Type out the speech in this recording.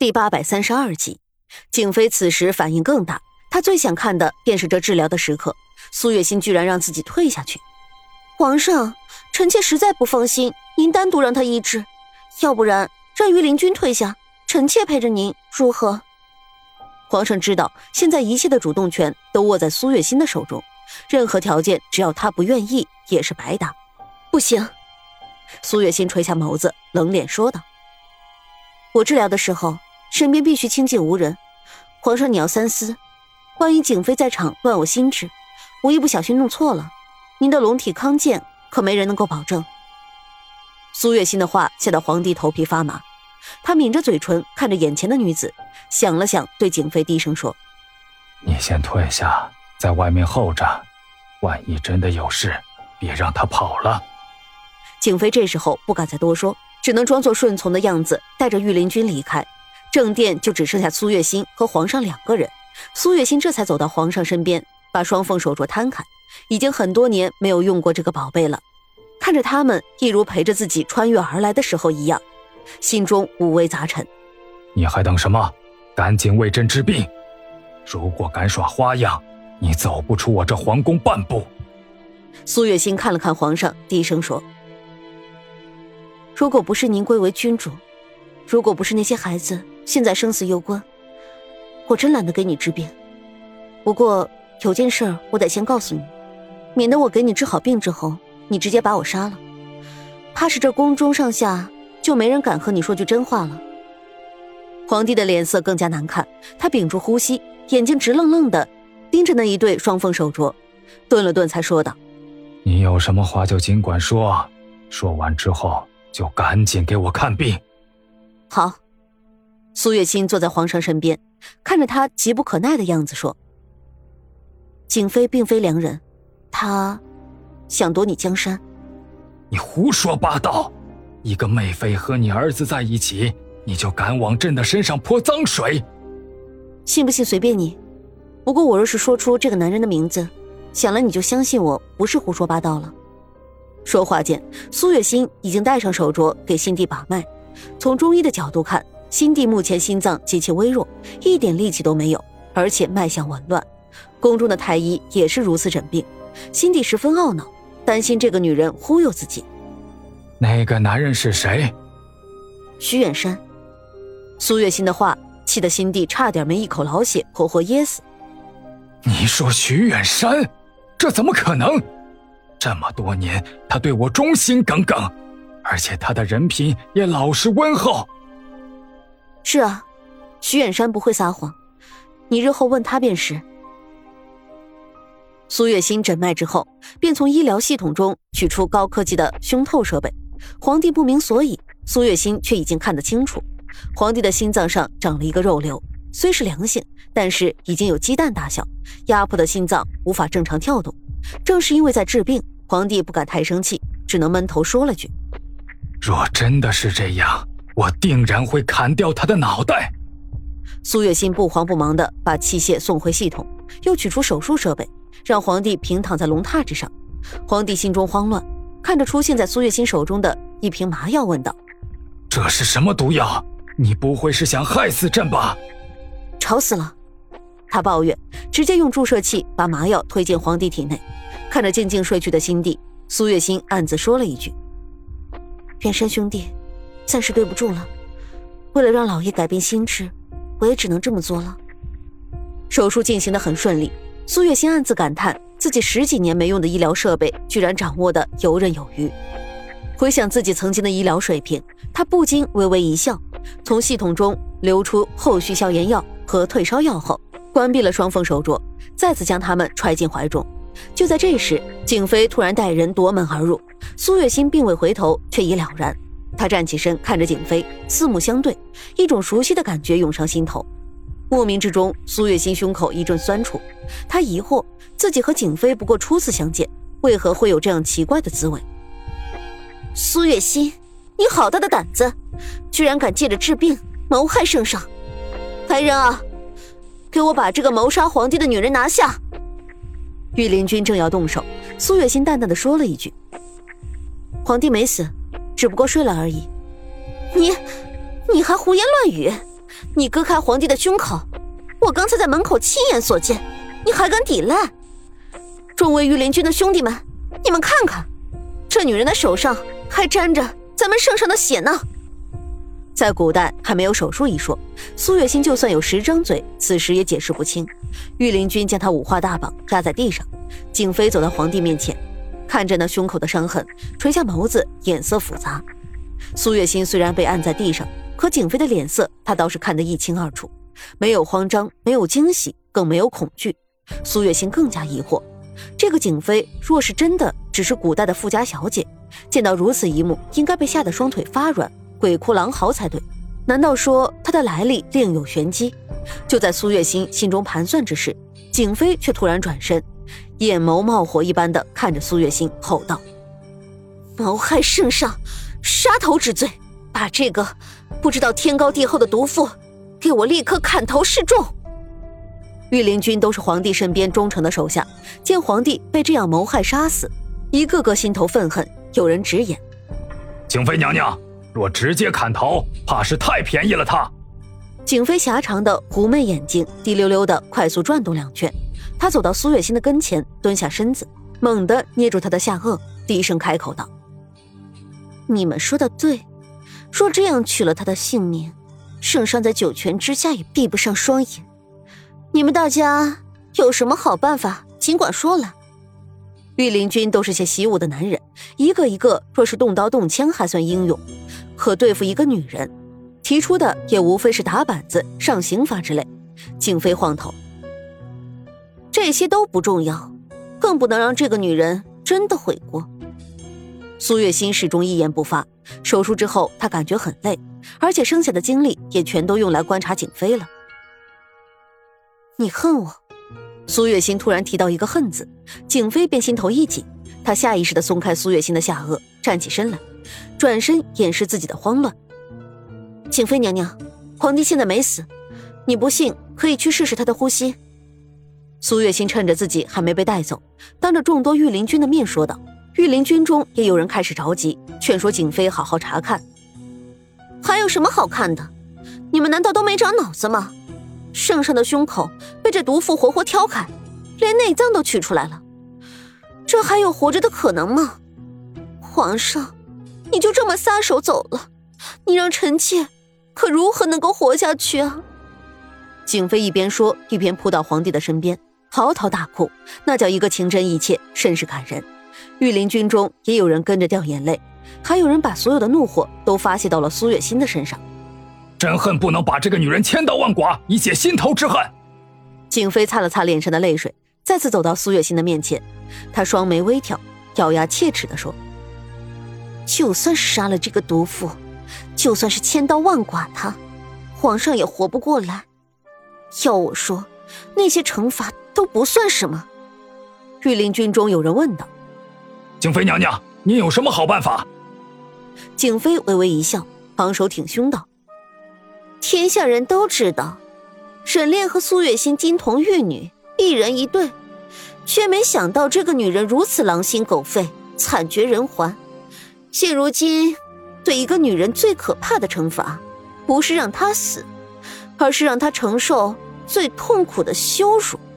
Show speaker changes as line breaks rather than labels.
第832集，景妃此时反应更大，她最想看的便是这治疗的时刻。苏月心居然让自己退下去。皇上，臣妾实在不放心，您单独让他医治，要不然让御林军退下，臣妾陪着您，如何？皇上知道现在一切的主动权都握在苏月心的手中，任何条件只要他不愿意也是白搭。不行。苏月心垂下眸子，冷脸说道：我治疗的时候身边必须清静无人，皇上你要三思，万一景妃在场乱我心智，我一不小心弄错了，您的龙体康健可没人能够保证。苏月心的话吓得皇帝头皮发麻，他抿着嘴唇看着眼前的女子，想了想对景妃低声说：
你先退下，在外面候着，万一真的有事，别让他跑了。
景妃这时候不敢再多说，只能装作顺从的样子，带着御林军离开。正殿就只剩下苏月心和皇上2个人。苏月心这才走到皇上身边，把双凤手镯摊开，已经很多年没有用过这个宝贝了，看着他们一如陪着自己穿越而来的时候一样，心中五味杂陈。
你还等什么？赶紧为朕治病！如果敢耍花样，你走不出我这皇宫半步。
苏月心看了看皇上，低声说：如果不是您归为君主，如果不是那些孩子现在生死攸关，我真懒得给你治病。不过有件事我得先告诉你，免得我给你治好病之后你直接把我杀了，怕是这宫中上下就没人敢和你说句真话了。皇帝的脸色更加难看，他屏住呼吸，眼睛直愣愣地盯着那一对双凤手镯，顿了顿才说道：
你有什么话就尽管说，说完之后就赶紧给我看病。
好。苏月心坐在皇上身边，看着他急不可耐的样子说：景妃并非良人，她想夺你江山。
你胡说八道！一个媚妃和你儿子在一起，你就敢往朕的身上泼脏水？
信不信随便你，不过我若是说出这个男人的名字，想了你就相信我不是胡说八道了。说话间，苏月心已经戴上手镯给辛地把脉。从中医的角度看，辛地目前心脏极其微弱，一点力气都没有，而且脉象紊乱。宫中的太医也是如此诊病。辛地十分懊恼，担心这个女人忽悠自己。
那个男人是谁？
徐远山。苏月心的话气得辛地差点没一口老血活活噎死。
你说徐远山？这怎么可能？这么多年他对我忠心耿耿，而且他的人品也老实温厚。
是啊，徐远山不会撒谎，你日后问他便是。苏月心诊脉之后，便从医疗系统中取出高科技的胸透设备。皇帝不明所以，苏月心却已经看得清楚。皇帝的心脏上长了一个肉瘤，虽是良性，但是已经有鸡蛋大小，压迫的心脏无法正常跳动。正是因为在治病，皇帝不敢太生气，只能闷头说了句：
若真的是这样，我定然会砍掉他的脑袋。
苏月心不慌不忙地把器械送回系统，又取出手术设备，让皇帝平躺在龙榻之上。皇帝心中慌乱，看着出现在苏月心手中的一瓶麻药问道：
这是什么毒药？你不会是想害死朕吧？
吵死了！他抱怨，直接用注射器把麻药推进皇帝体内。看着静静睡去的辛地，苏月心暗自说了一句：远山兄弟，暂时对不住了，为了让老爷改变心智，我也只能这么做了。手术进行得很顺利，苏月心暗自感叹自己10几年没用的医疗设备居然掌握得游刃有余。回想自己曾经的医疗水平，他不禁微微一笑，从系统中流出后续消炎药和退烧药后，关闭了双凤手镯，再次将他们揣进怀中。就在这时，景妃突然带人夺门而入，苏月心并未回头，却已了然。他站起身看着景妃，四目相对，一种熟悉的感觉涌上心头。莫名之中，苏月心胸口一阵酸楚，他疑惑自己和景妃不过初次相见，为何会有这样奇怪的滋味。苏月心，你好大的胆子，居然敢借着治病谋害圣上！来人啊，给我把这个谋杀皇帝的女人拿下！御林军正要动手，苏月心淡淡的说了一句：皇帝没死，只不过睡了而已。你还胡言乱语， 你割开皇帝的胸口，我刚才在门口亲眼所见，你还敢抵赖？众位御林军的兄弟们，你们看看，这女人的手上还沾着咱们圣上的血呢。在古代还没有手术一说，苏月心就算有10张嘴，此时也解释不清。御林军将他五花大绑扎在地上，景妃走到皇帝面前，看着那胸口的伤痕，垂下眸子，眼色复杂。苏月心虽然被按在地上，可景妃的脸色他倒是看得一清二楚，没有慌张，没有惊喜，更没有恐惧。苏月心更加疑惑，这个景妃若是真的只是古代的富家小姐，见到如此一幕，应该被吓得双腿发软，鬼哭狼嚎才对。难道说她的来历另有玄机？就在苏月心心中盘算之时，景妃却突然转身，眼眸冒火一般的看着苏月心，吼道：谋害圣上，杀头之罪，把这个不知道天高地厚的毒妇给我立刻砍头示众。御林军都是皇帝身边忠诚的手下，见皇帝被这样谋害杀死，一个个心头愤恨。有人直言：
景妃娘娘，若直接砍头，怕是太便宜了他。
景妃狭长的狐媚眼睛滴溜溜的快速转动2圈，她走到苏月心的跟前，蹲下身子，猛地捏住她的下颚，低声开口道：你们说的对，若这样取了他的性命，圣上在九泉之下也闭不上双眼。你们大家有什么好办法，尽管说来。御林军都是些习武的男人，一个一个若是动刀动枪还算英勇，可对付一个女人，提出的也无非是打板子、上刑罚之类。景妃晃头：这些都不重要，更不能让这个女人真的悔过。苏月心始终一言不发，手术之后她感觉很累，而且剩下的精力也全都用来观察景妃了。你恨我？苏月心突然提到一个恨字，景妃便心头一紧，她下意识地松开苏月心的下颚，站起身来，转身掩饰自己的慌乱。景妃娘娘，皇帝现在没死，你不信可以去试试他的呼吸。苏月心趁着自己还没被带走，当着众多御林军的面说道。御林军中也有人开始着急，劝说景妃好好查看。还有什么好看的？你们难道都没长脑子吗？圣上的胸口被这毒妇活活挑开，连内脏都取出来了，这还有活着的可能吗？皇上，你就这么撒手走了，你让臣妾可如何能够活下去啊？景妃一边说一边扑到皇帝的身边，嚎啕大哭，那叫一个情真意切，甚是感人。御林军中也有人跟着掉眼泪，还有人把所有的怒火都发泄到了苏月心的身上。
真恨不能把这个女人千刀万剐，以解心头之恨。
景妃擦了擦脸上的泪水，再次走到苏月心的面前，她双眉微挑，咬牙切齿地说：就算是杀了这个毒妇，就算是千刀万剐她，皇上也活不过来。要我说，那些惩罚都不算什么。御林军中有人问道：
景妃娘娘，您有什么好办法？
景妃微微一笑，昂首挺胸道：天下人都知道，沈炼和苏月心金童玉女，一人一对，却没想到这个女人如此狼心狗肺，惨绝人寰。现如今，对一个女人最可怕的惩罚，不是让她死，而是让她承受最痛苦的羞辱。